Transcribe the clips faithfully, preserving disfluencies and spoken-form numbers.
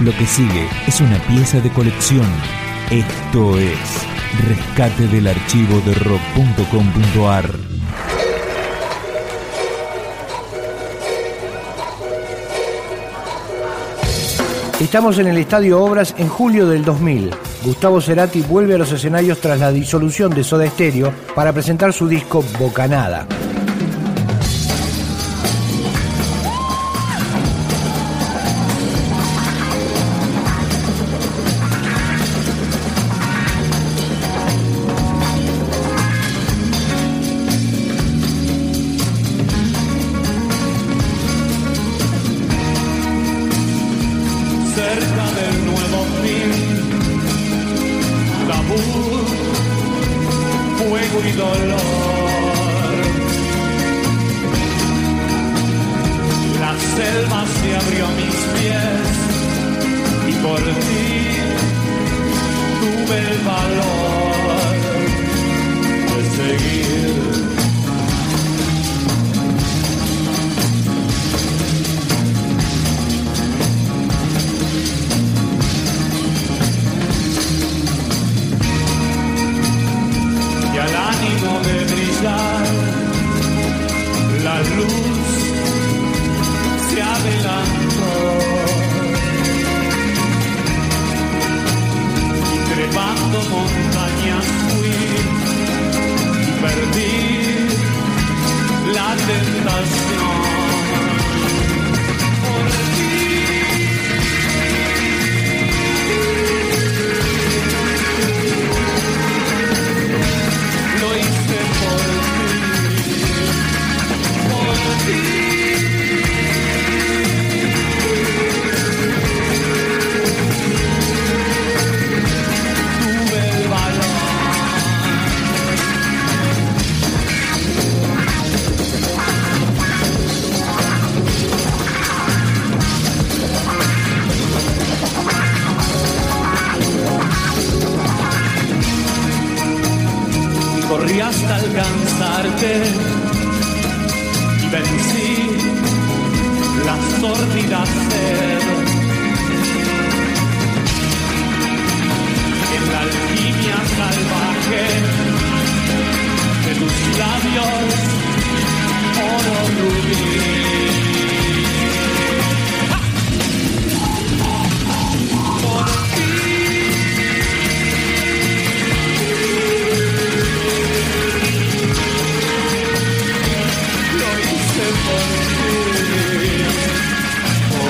Lo que sigue es una pieza de colección. Esto es Rescate del archivo de rock punto com punto a r. Estamos en el Estadio Obras en julio del dos mil. Gustavo Cerati vuelve a los escenarios tras la disolución de Soda Stereo para presentar su disco Bocanada. Cerca del nuevo fin, tabú, fuego y dolor. La selva se abrió a mis pies y por ti tuve el valor de seguir. De brillar, la luz se adelantó y trepando montañas fui y perdí la tentación por ti. Lo hice por ti, tuve el valor. Corrí hasta alcanzarte y vencí la sórdida sed. En la alquimia salvaje de tus labios, oro rubí. Por ti lo hice por ti.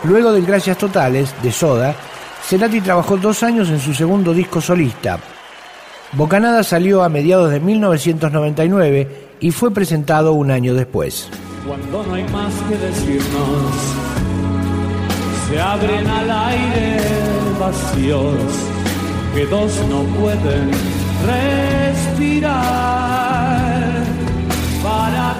Luego del Gracias Totales, de Soda, Cerati trabajó dos años en su segundo disco solista. Bocanada salió a mediados de mil novecientos noventa y nueve y fue presentado un año después. Cuando no hay más que decirnos, se abren al aire vacíos que dos no pueden respirar para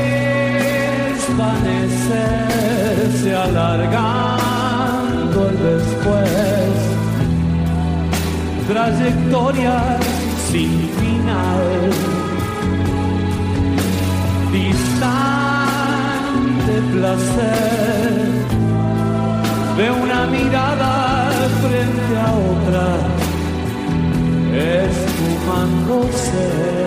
desvanecerse alargando el después, trayectorias sin final, distante placer de una mirada frente a otra, esfumándose.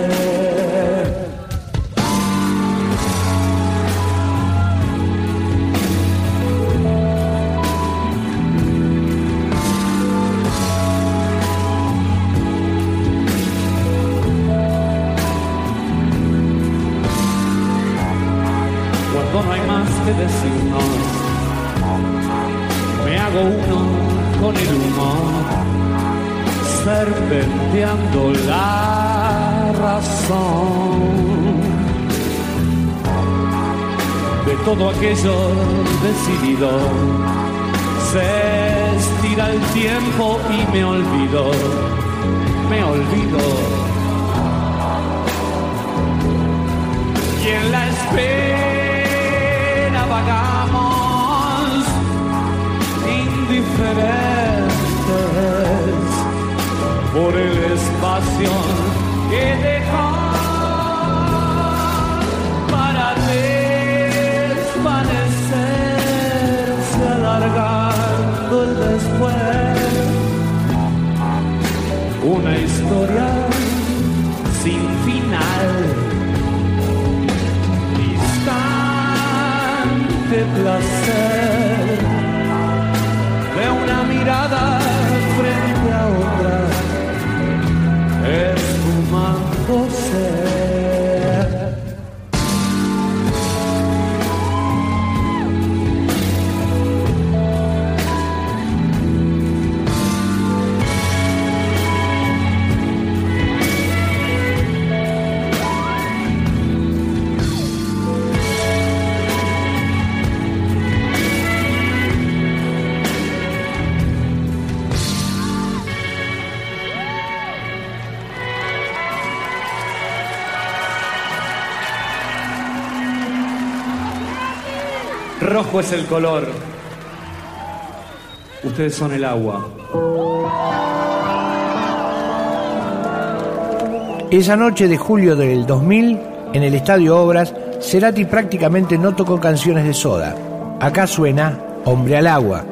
Cuando no hay más que decirnos, me hago uno con el humo, serpenteando la razón de todo aquello decidido. Se estira el tiempo y me olvido, me olvido. Y en la espera vagamos indiferentes por el espacio que dejó para desvanecerse alargando el después. Una historia sin final, distante placer de una mirada frente a otra, esfumándose. Rojo es el color, ustedes son el agua. Esa noche de julio del dos mil, en el Estadio Obras, Cerati prácticamente no tocó canciones de Soda. Acá suena Hombre al Agua.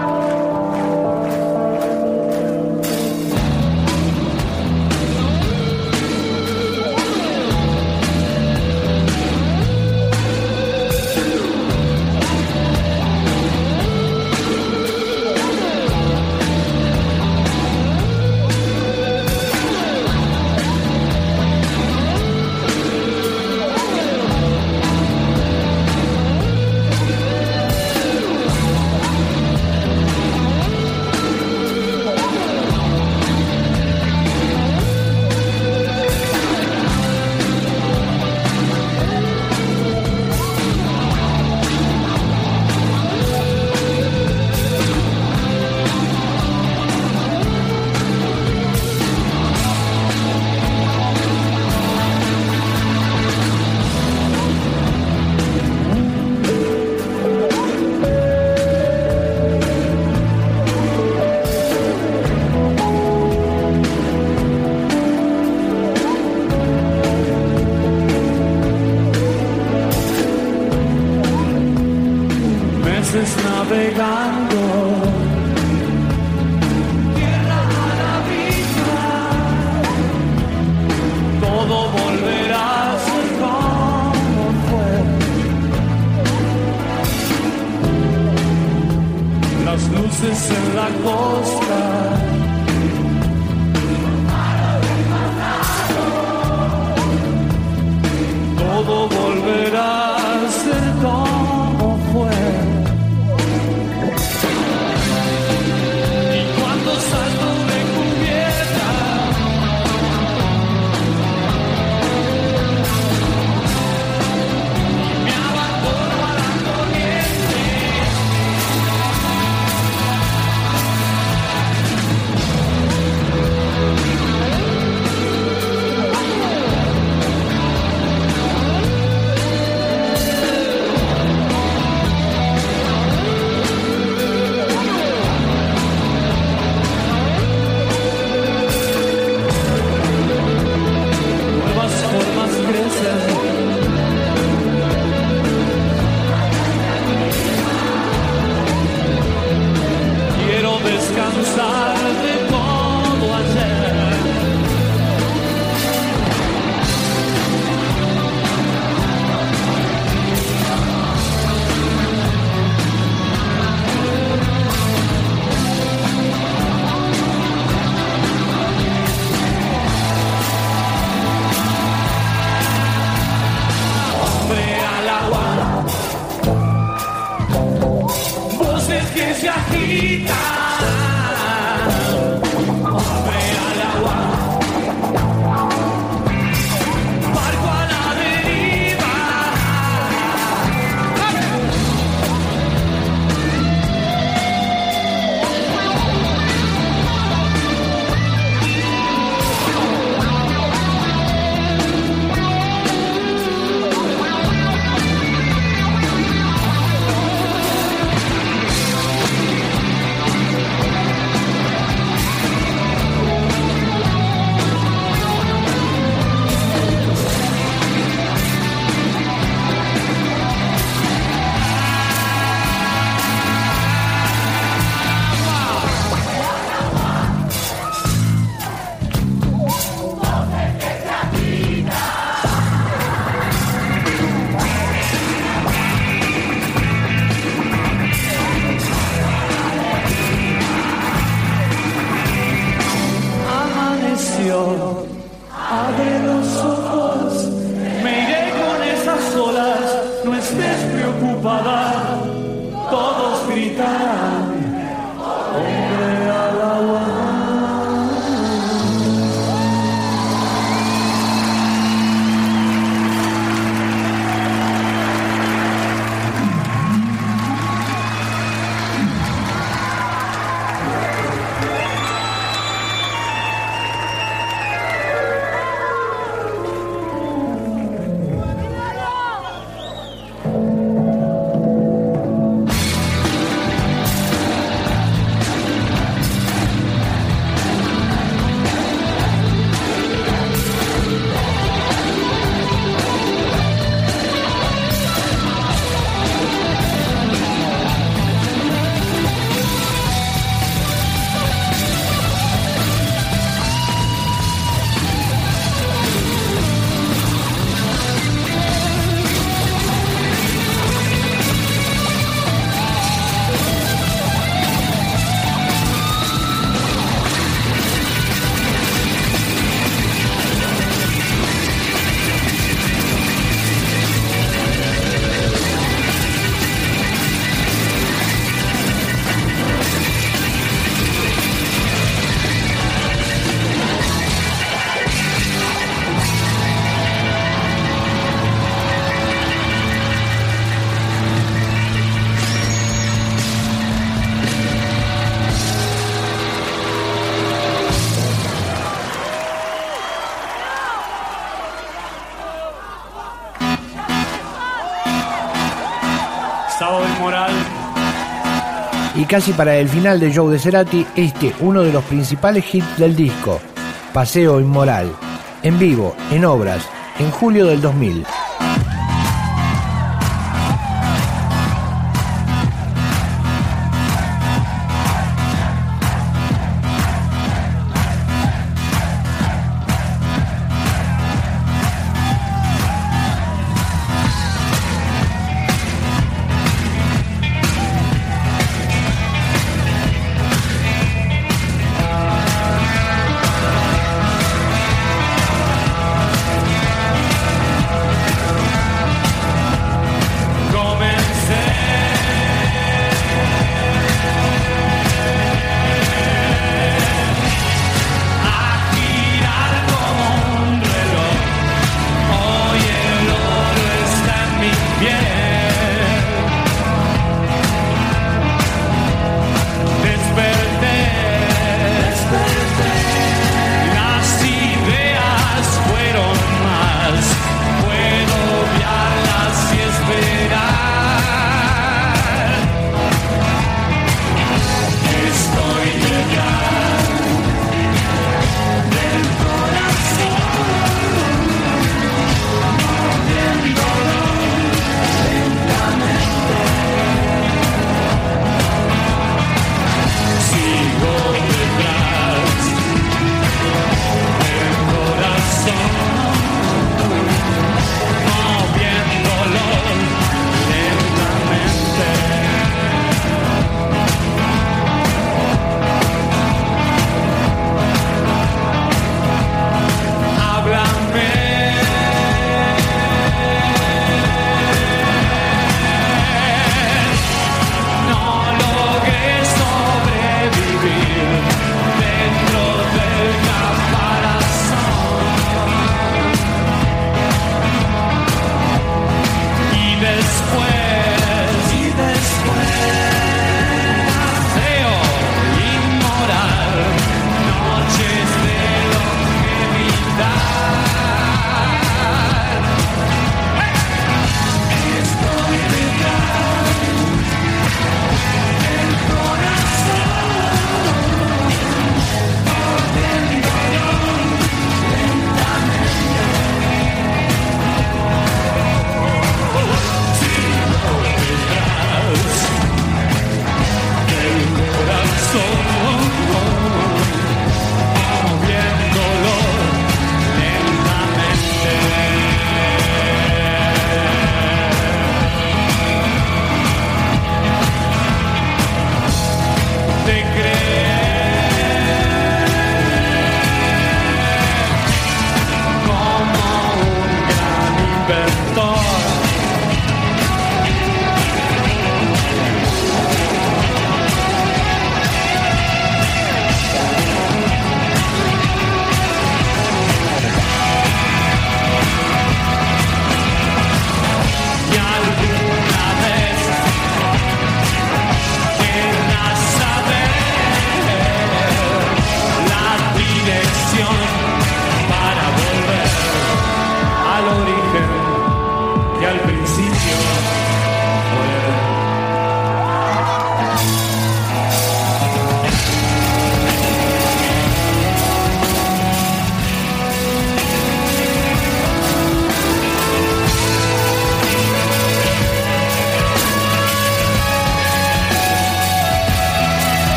Navegando tierra maravilla, todo volverá a ser como fue. Las luces en la costa, todo volverá a ser como fue. se agita. Hombre al agua, barco a la deriva. Abre los ojos, me iré con esas olas, no estés preocupada, todos gritarán, hombre al agua. Sábado Inmoral. Y casi para el final de Joe de Cerati, este, uno de los principales hits del disco, Paseo Inmoral, en vivo, en Obras, en julio del dos mil.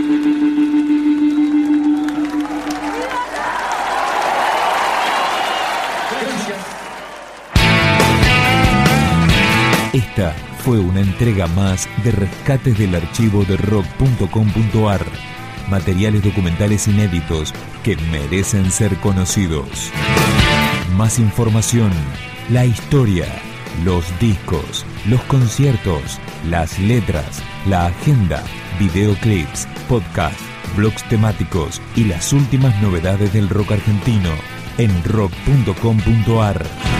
Esta fue una entrega más de Rescates del Archivo de rock punto com punto ar. Materiales documentales inéditos que merecen ser conocidos. Más información, la historia, los discos, los conciertos, las letras, la agenda, videoclips, podcast, blogs temáticos y las últimas novedades del rock argentino en rock punto com punto ar.